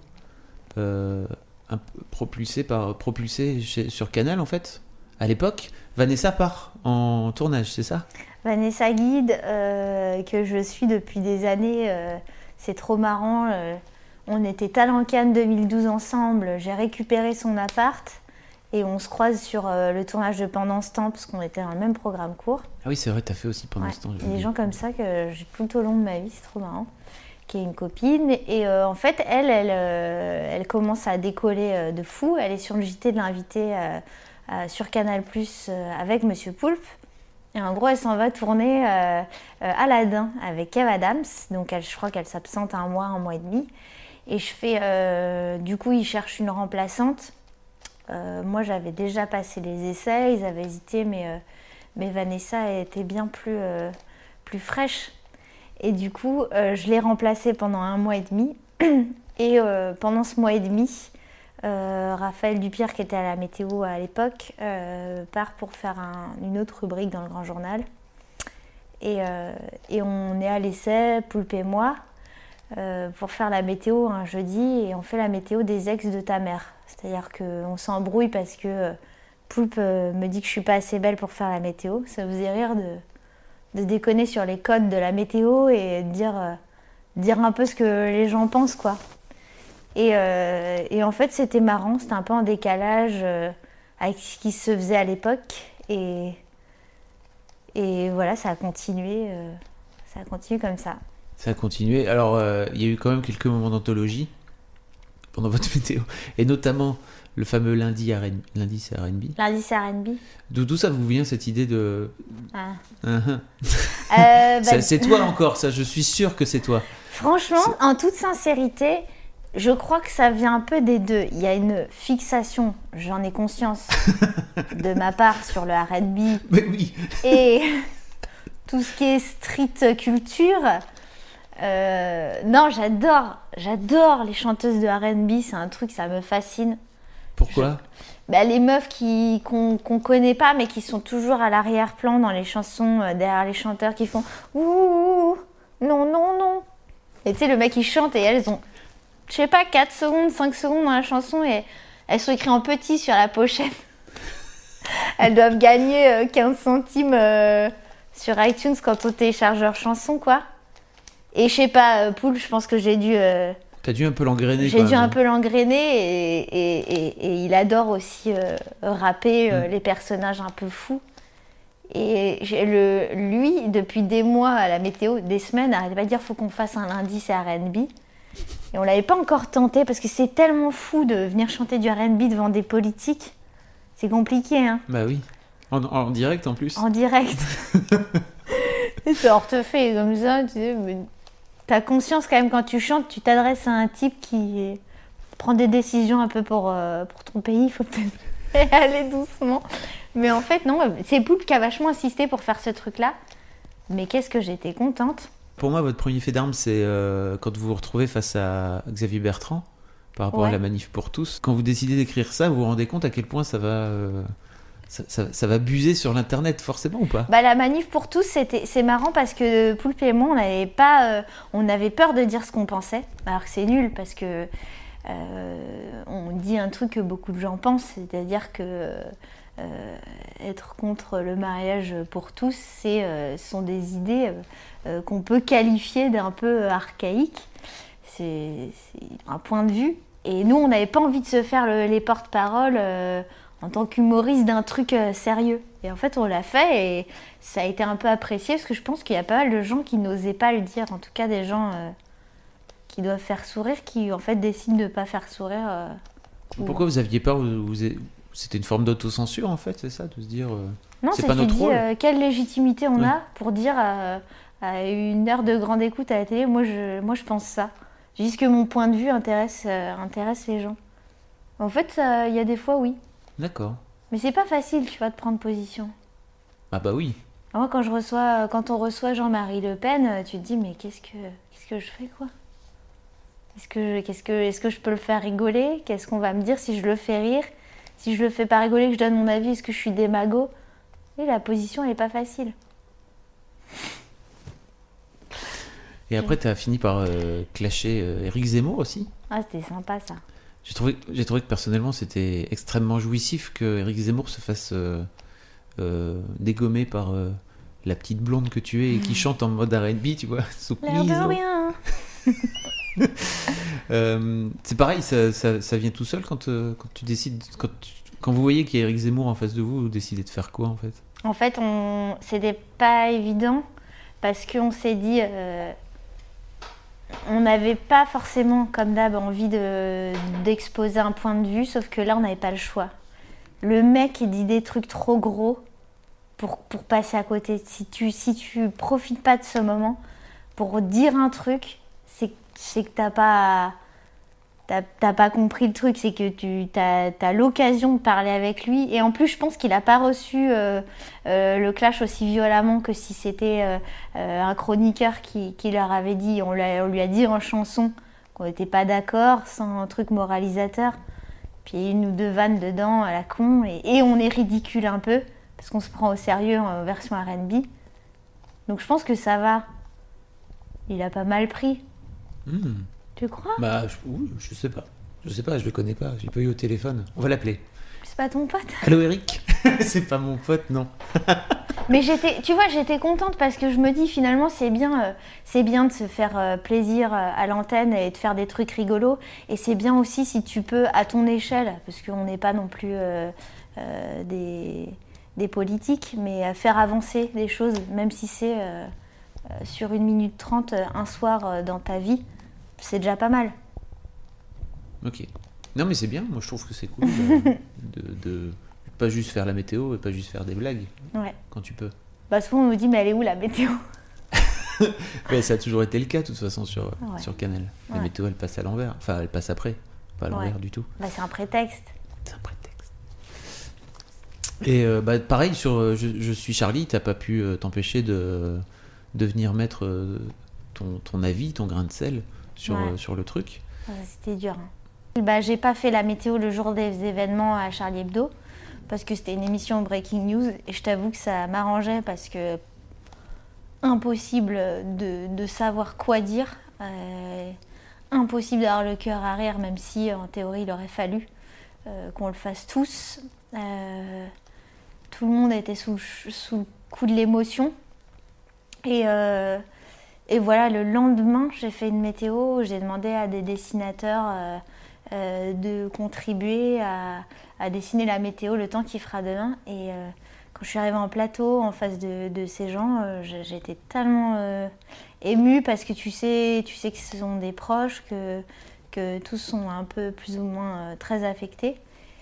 S2: propulsé sur Canal en fait à l'époque. Vanessa part en tournage, c'est ça ?
S3: Vanessa Guide, que je suis depuis des années, c'est trop marrant. On était Talent Cannes 2012 ensemble, j'ai récupéré son appart et on se croise sur le tournage de Pendant ce temps parce qu'on était dans le même programme court.
S2: Ah oui, c'est vrai, t'as fait aussi Pendant ce temps.
S3: Il y a des gens comme ça que j'ai tout au long de ma vie, c'est trop marrant. Qui est une copine et en fait elle commence à décoller de fou. Elle est sur le JT de l'invité sur Canal+ avec Monsieur Poulpe et en gros elle s'en va tourner Aladdin avec Kev Adams. Donc je crois qu'elle s'absente un mois et demi et je fais du coup ils cherchent une remplaçante. Moi j'avais déjà passé les essais, ils avaient hésité mais Vanessa était bien plus fraîche. Et du coup, je l'ai remplacée pendant 1 mois et demi. Et pendant ce mois et demi, Raphaël Dupierre, qui était à la météo à l'époque, part pour faire une autre rubrique dans le Grand Journal. Et on est à l'essai, Poulpe et moi, pour faire la météo un jeudi. Et on fait la météo des ex de ta mère. C'est-à-dire qu'on s'embrouille parce que Poulpe me dit que je ne suis pas assez belle pour faire la météo. Ça vous faisait rire de déconner sur les codes de la météo et de dire un peu ce que les gens pensent, quoi. Et en fait, c'était marrant, c'était un peu en décalage avec ce qui se faisait à l'époque. Et voilà, ça a continué comme ça.
S2: Ça a continué. Alors, il y a eu quand même quelques moments d'anthologie pendant votre météo. Et notamment le fameux lundi c'est R&B.
S3: Lundi c'est R&B.
S2: D'où ça vous vient cette idée de...
S3: Bah...
S2: c'est toi encore, ça, je suis sûre que c'est toi.
S3: Franchement, en toute sincérité, je crois que ça vient un peu des deux. Il y a une fixation, j'en ai conscience, de ma part sur le R&B.
S2: Mais oui.
S3: Et tout ce qui est street culture. Non, j'adore les chanteuses de R&B, c'est un truc, ça me fascine.
S2: Pourquoi ?
S3: Les meufs qu'on connaît pas, mais qui sont toujours à l'arrière-plan dans les chansons, derrière les chanteurs qui font ouh, non, non, non. Et tu sais, le mec il chante et elles ont, je sais pas, 4 secondes, 5 secondes dans la chanson et elles sont écrites en petit sur la pochette. Elles doivent gagner 15 centimes sur iTunes quand on télécharge leur chanson, quoi. Et je sais pas, Poul, je pense que j'ai dû...
S2: T'as dû un peu l'engrainer.
S3: J'ai dû un peu l'engrainer et il adore aussi rapper les personnages un peu fous. Et lui, depuis des mois à la météo, des semaines, arrêtait pas de dire faut qu'on fasse un lundi, c'est R&B. Et on l'avait pas encore tenté parce que c'est tellement fou de venir chanter du R&B devant des politiques. C'est compliqué, hein.
S2: Bah oui. En direct en plus.
S3: En direct. C'est hors te fait comme ça, tu sais. Mais... T'as conscience quand même quand tu chantes, tu t'adresses à un type qui prend des décisions un peu pour ton pays, il faut peut-être aller doucement. Mais en fait, non, c'est Poulpe qui a vachement insisté pour faire ce truc-là. Mais qu'est-ce que j'étais contente.
S2: Pour moi, votre premier fait d'armes, c'est quand vous vous retrouvez face à Xavier Bertrand, par rapport à la manif pour tous. Quand vous décidez d'écrire ça, vous vous rendez compte à quel point ça va ça va buser sur l'internet forcément ou pas?
S3: Bah, la manif pour tous, c'est marrant parce que Poulpe et moi, on avait peur de dire ce qu'on pensait. Alors que c'est nul parce que on dit un truc que beaucoup de gens pensent, c'est-à-dire que être contre le mariage pour tous, ce sont des idées qu'on peut qualifier d'un peu archaïques. C'est un point de vue. Et nous, on n'avait pas envie de se faire les porte-parole en tant qu'humoriste d'un truc sérieux. Et en fait, on l'a fait et ça a été un peu apprécié parce que je pense qu'il y a pas mal de gens qui n'osaient pas le dire. En tout cas, des gens qui doivent faire sourire, qui en fait décident de ne pas faire sourire.
S2: Pourquoi vous aviez peur? C'était une forme d'autocensure en fait, c'est ça? De se dire
S3: non,
S2: c'est pas notre rôle.
S3: Quelle légitimité on a pour dire à une heure de grande écoute à la télé, moi je pense ça. Juste que mon point de vue intéresse les gens. En fait, il y a des fois, oui. D'accord. Mais c'est pas facile, tu vois, de prendre position.
S2: Ah bah oui.
S3: Moi, quand on reçoit Jean-Marie Le Pen, tu te dis, mais qu'est-ce que je fais, quoi? Est-ce que je peux le faire rigoler? Qu'est-ce qu'on va me dire si je le fais rire? Si je le fais pas rigoler, que je donne mon avis, est-ce que je suis démago? Et la position, elle est pas facile.
S2: Et après, tu as fini par clasher Éric Zemmour aussi.
S3: Ah, c'était sympa, ça.
S2: J'ai trouvé que personnellement, c'était extrêmement jouissif que Éric Zemmour se fasse dégommer par la petite blonde que tu es et qui chante en mode R&B, tu vois.
S3: L'air de rien.
S2: C'est pareil, ça vient tout seul quand tu décides, quand vous voyez qu'il y a Éric Zemmour en face de vous, vous décidez de faire quoi en fait?
S3: En fait, c'était pas évident parce qu'on s'est dit, on n'avait pas forcément, comme d'hab, envie d'exposer un point de vue, sauf que là, on n'avait pas le choix. Le mec, il dit des trucs trop gros pour passer à côté. Si tu profites pas de ce moment pour dire un truc, c'est que t'as pas compris le truc, c'est que t'as l'occasion de parler avec lui. Et en plus, je pense qu'il n'a pas reçu le clash aussi violemment que si c'était un chroniqueur qui leur avait dit, on lui a dit en chanson qu'on n'était pas d'accord, sans un truc moralisateur. Puis une ou deux vannes dedans à la con, et on est ridicule un peu, parce qu'on se prend au sérieux en version R&B. Donc je pense que ça va. Il a pas mal pris. Tu crois?
S2: Bah, je sais pas. Je le connais pas. J'ai pas eu au téléphone. On va l'appeler.
S3: C'est pas ton pote?
S2: Allô Eric? C'est pas mon pote, non.
S3: Mais j'étais contente parce que je me dis finalement c'est bien de se faire plaisir à l'antenne et de faire des trucs rigolos. Et c'est bien aussi si tu peux à ton échelle, parce qu'on n'est pas non plus des politiques, mais faire avancer des choses, même si c'est sur 1 minute 30 un soir dans ta vie. C'est déjà pas mal.
S2: Ok. Non mais c'est bien, moi je trouve que c'est cool de pas juste faire la météo et pas juste faire des blagues.
S3: Ouais.
S2: Quand tu peux.
S3: Bah souvent on nous dit mais elle est où la météo?
S2: Mais ça a toujours été le cas de toute façon sur Canal. La
S3: Ouais.
S2: météo elle passe à l'envers, enfin elle passe après, pas à l'envers du tout.
S3: Bah c'est un prétexte.
S2: C'est un prétexte. Et bah pareil sur je suis Charlie, t'as pas pu t'empêcher de venir mettre ton avis, ton grain de sel sur le truc.
S3: C'était dur. Bah, j'ai pas fait la météo le jour des événements à Charlie Hebdo parce que c'était une émission Breaking News et je t'avoue que ça m'arrangeait parce que impossible de savoir quoi dire, impossible d'avoir le cœur à rire même si en théorie il aurait fallu qu'on le fasse tous. Tout le monde était sous le coup de l'émotion et voilà, le lendemain, j'ai fait une météo, j'ai demandé à des dessinateurs de contribuer à dessiner la météo le temps qu'il fera demain. Et quand je suis arrivée en plateau, en face de ces gens, j'étais tellement émue parce que tu sais que ce sont des proches, que tous sont un peu plus ou moins très affectés.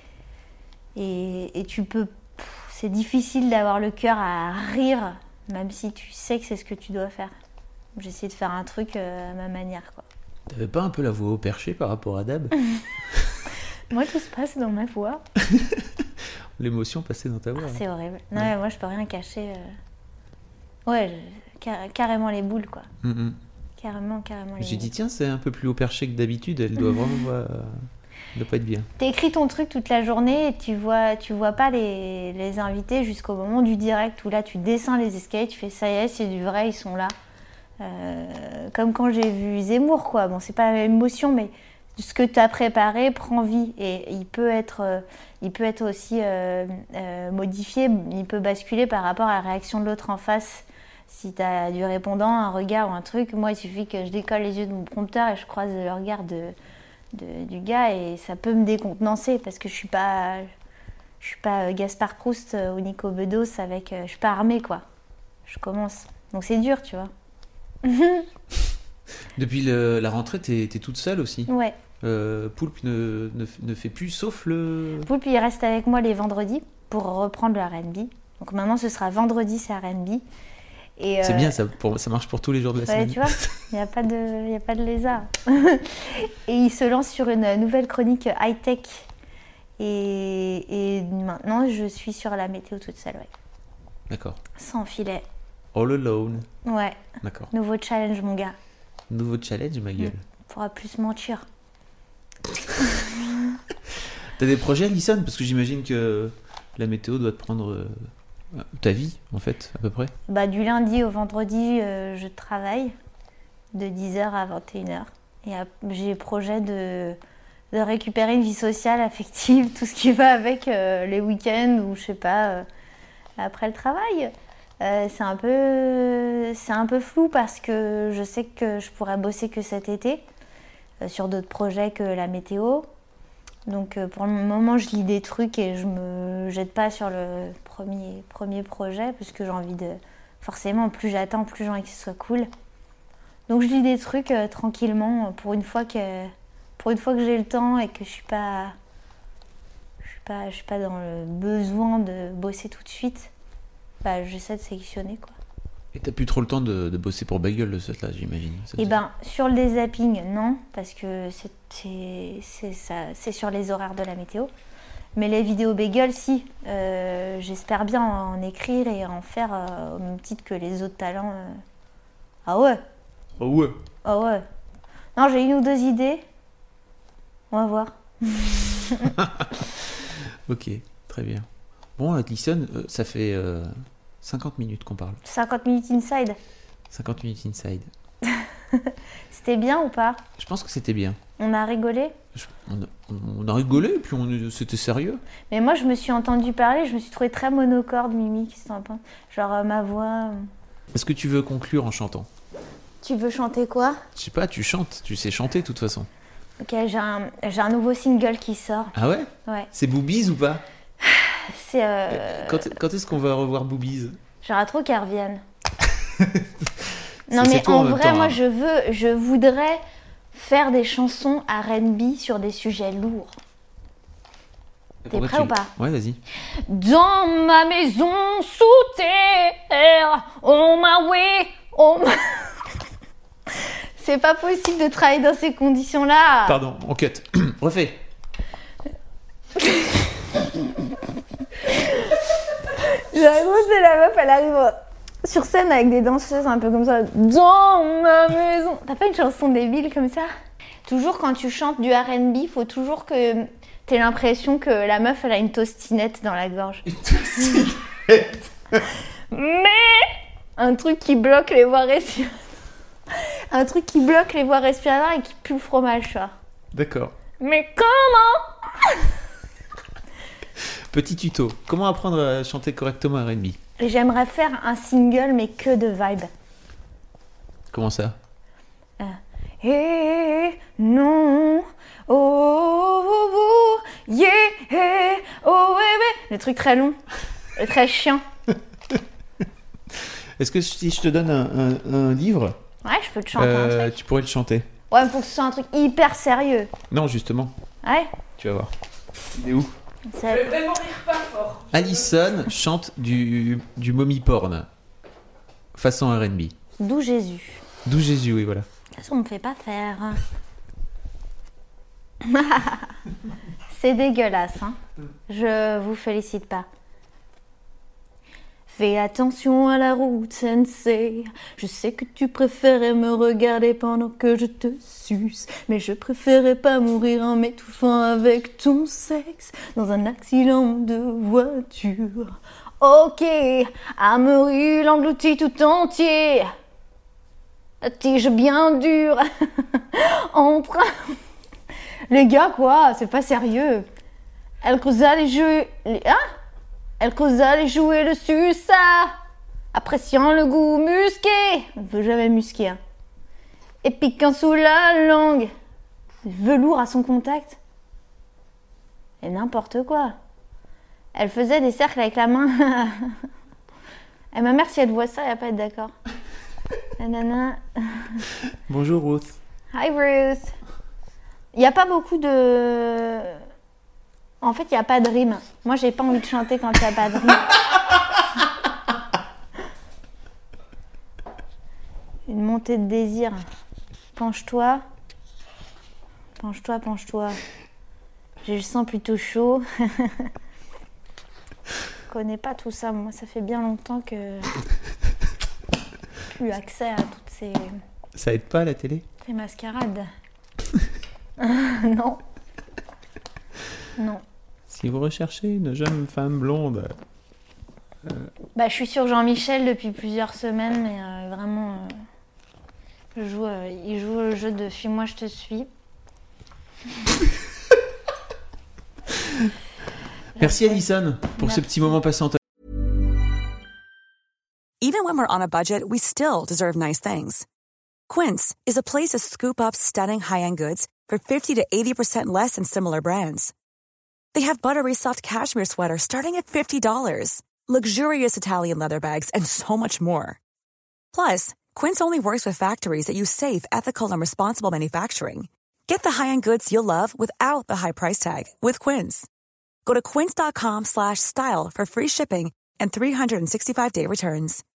S3: Et c'est difficile d'avoir le cœur à rire, même si tu sais que c'est ce que tu dois faire. J'ai essayé de faire un truc à ma manière, quoi.
S2: T'avais pas un peu la voix au perché par rapport à Dab?
S3: Moi, tout se passe dans ma voix.
S2: L'émotion passait dans ta voix.
S3: C'est horrible. Non, mais moi, je peux rien cacher. Ouais, carrément les boules, quoi. Carrément les
S2: J'ai dit,
S3: boules.
S2: tiens, c'est un peu plus haut perché que d'habitude, elle doit vraiment... Ça doit pas être bien.
S3: T'écris ton truc toute la journée et tu vois pas les invités jusqu'au moment du direct où là tu descends les escaliers, tu fais ça y est, c'est du vrai, ils sont là. Comme quand j'ai vu Zemmour, quoi. Bon, c'est pas la même émotion, mais ce que tu as préparé prend vie et il peut être aussi modifié, il peut basculer par rapport à la réaction de l'autre en face. Si tu as du répondant, un regard ou un truc, moi il suffit que je décolle les yeux de mon prompteur et je croise le regard du gars et ça peut me décontenancer parce que je suis pas Gaspard Proust ou Nico Bedos je suis pas armée, quoi. Je commence. Donc c'est dur, tu vois.
S2: Depuis la rentrée, t'es toute seule aussi.
S3: Ouais.
S2: Poulpe ne fait plus, sauf le...
S3: Poulpe, il reste avec moi les vendredis pour reprendre le R&B. Donc maintenant, ce sera vendredi, c'est R&B. Et
S2: c'est bien, ça marche pour tous les jours de la semaine.
S3: Tu vois, il n'y a pas de lézard. Et il se lance sur une nouvelle chronique high-tech. Et maintenant, je suis sur la météo toute seule, ouais.
S2: D'accord.
S3: Sans filet.
S2: All alone.
S3: Ouais.
S2: D'accord.
S3: Nouveau challenge, mon gars.
S2: Nouveau challenge, ma gueule.
S3: Pourra plus mentir.
S2: T'as des projets, Alison? Parce que j'imagine que la météo doit te prendre ta vie, en fait, à peu près.
S3: Bah, du lundi au vendredi, je travaille de 10h à 21h. Et j'ai projet de récupérer une vie sociale, affective, tout ce qui va avec les week-ends ou je sais pas, après le travail. C'est un peu flou parce que je sais que je pourrais bosser que cet été sur d'autres projets que la météo. Donc pour le moment, je lis des trucs et je me jette pas sur le premier projet parce que j'ai envie de... Forcément, plus j'attends, plus j'ai envie que ce soit cool. Donc je lis des trucs tranquillement pour une fois que j'ai le temps et que je suis pas dans le besoin de bosser tout de suite. Bah, j'essaie de sélectionner, quoi.
S2: Et t'as plus trop le temps de bosser pour Bagel de cette là, j'imagine.
S3: Et ben sur le zapping, non, parce que c'est sur les horaires de la météo. Mais les vidéos Bagel, si. J'espère bien en écrire et en faire au même titre que les autres talents. Ah ouais.
S2: Oh ouais.
S3: Ah ouais. Non, j'ai une ou deux idées. On va voir.
S2: Ok, très bien. Bon, Alison, ça fait 50 minutes qu'on parle.
S3: 50 minutes inside.
S2: 50 minutes inside.
S3: C'était bien ou pas?
S2: Je pense que c'était bien.
S3: On a rigolé?
S2: On a rigolé et puis c'était sérieux.
S3: Mais moi, je me suis entendue parler, je me suis trouvée très monocorde, Mimi, qui s'en pense. Genre ma voix...
S2: Est-ce que tu veux conclure en chantant?
S3: Tu veux chanter quoi?
S2: Je sais pas, tu chantes, tu sais chanter de toute façon.
S3: Ok, j'ai un nouveau single qui sort.
S2: Ah ouais?
S3: Ouais.
S2: C'est Boobies ou pas?
S3: C'est...
S2: Quand est-ce qu'on va revoir Boobies?
S3: J'aurais trop qu'elle revienne. Non mais en vrai,
S2: temps,
S3: moi
S2: hein.
S3: je voudrais faire des chansons R&B sur des sujets lourds. T'es prêt ou pas?
S2: Ouais, vas-y.
S3: Dans ma maison sous terre, on my way, C'est pas possible de travailler dans ces conditions-là.
S2: Pardon, on cut. Refais.
S3: C'est la meuf, elle arrive sur scène avec des danseuses un peu comme ça. Dans ma maison. T'as pas une chanson débile comme ça? Toujours quand tu chantes du R&B, faut toujours que t'aies l'impression que la meuf, elle a une tostinette dans la gorge.
S2: Une tostinette.
S3: Mais un truc qui bloque les voies respiratoires. Un truc qui bloque les voies respiratoires et qui pue le fromage, ça.
S2: D'accord.
S3: Mais comment?
S2: Petit tuto. Comment apprendre à chanter correctement R&B?
S3: Et j'aimerais faire un single, mais que de vibe.
S2: Comment ça?
S3: Non, oh, yeah, oh, bébé. Le truc très long, et très chiant.
S2: Est-ce que si je te donne un livre,
S3: Ouais, je peux te chanter un truc.
S2: tu pourrais le chanter?
S3: Ouais, il faut que ce soit un truc hyper sérieux.
S2: Non, justement.
S3: Ouais.
S2: Tu vas voir. Il est où?
S3: Je
S6: vais vraiment rire pas fort.
S2: Alison chante du mommy porn façon R&B.
S3: D'où Jésus.
S2: D'où Jésus, oui, voilà.
S3: De toute façon, on me fait pas faire. C'est dégueulasse, hein. Je vous félicite pas. Fais attention à la route, sensei. Je sais que tu préférais me regarder pendant que je te suce, mais je préférais pas mourir en m'étouffant avec ton sexe dans un accident de voiture. Ok, Amaury l'engloutit tout entier. La tige bien dure. Entre... Les gars, quoi, c'est pas sérieux. Elle creusa les jeux... Elle creusa les jouets dessus, ça, appréciant le goût musqué. On ne peut jamais musquer, hein. Et piquant sous la langue. Velours à son contact. Et n'importe quoi. Elle faisait des cercles avec la main. Et ma mère, si elle voit ça, elle va pas être d'accord. Nanana.
S2: Bonjour Ruth.
S3: Hi Ruth. Il n'y a pas beaucoup de... En fait, il n'y a pas de rime. Moi, j'ai pas envie de chanter quand il n'y a pas de rime. Une montée de désir. Penche-toi. Penche-toi, penche-toi. J'ai le sang plutôt chaud. Je connais pas tout ça. Moi, ça fait bien longtemps que j'ai eu accès à toutes ces...
S2: Ça aide pas la télé ?
S3: Ces mascarades. Non. Non.
S2: Si vous recherchez une jeune femme blonde...
S3: Bah, je suis sur Jean-Michel depuis plusieurs semaines, mais vraiment... il joue le jeu de « Fuis-moi, je te suis ».
S2: Merci Alison pour ce petit moment passé en toi.
S6: Even when we're on a budget, we still deserve nice things. Quince is a place to scoop up stunning high-end goods for 50 to 80% less than similar brands. They have buttery soft cashmere sweaters starting at $50, luxurious Italian leather bags, and so much more. Plus, Quince only works with factories that use safe, ethical, and responsible manufacturing. Get the high-end goods you'll love without the high price tag with Quince. Go to quince.com/style for free shipping and 365-day returns.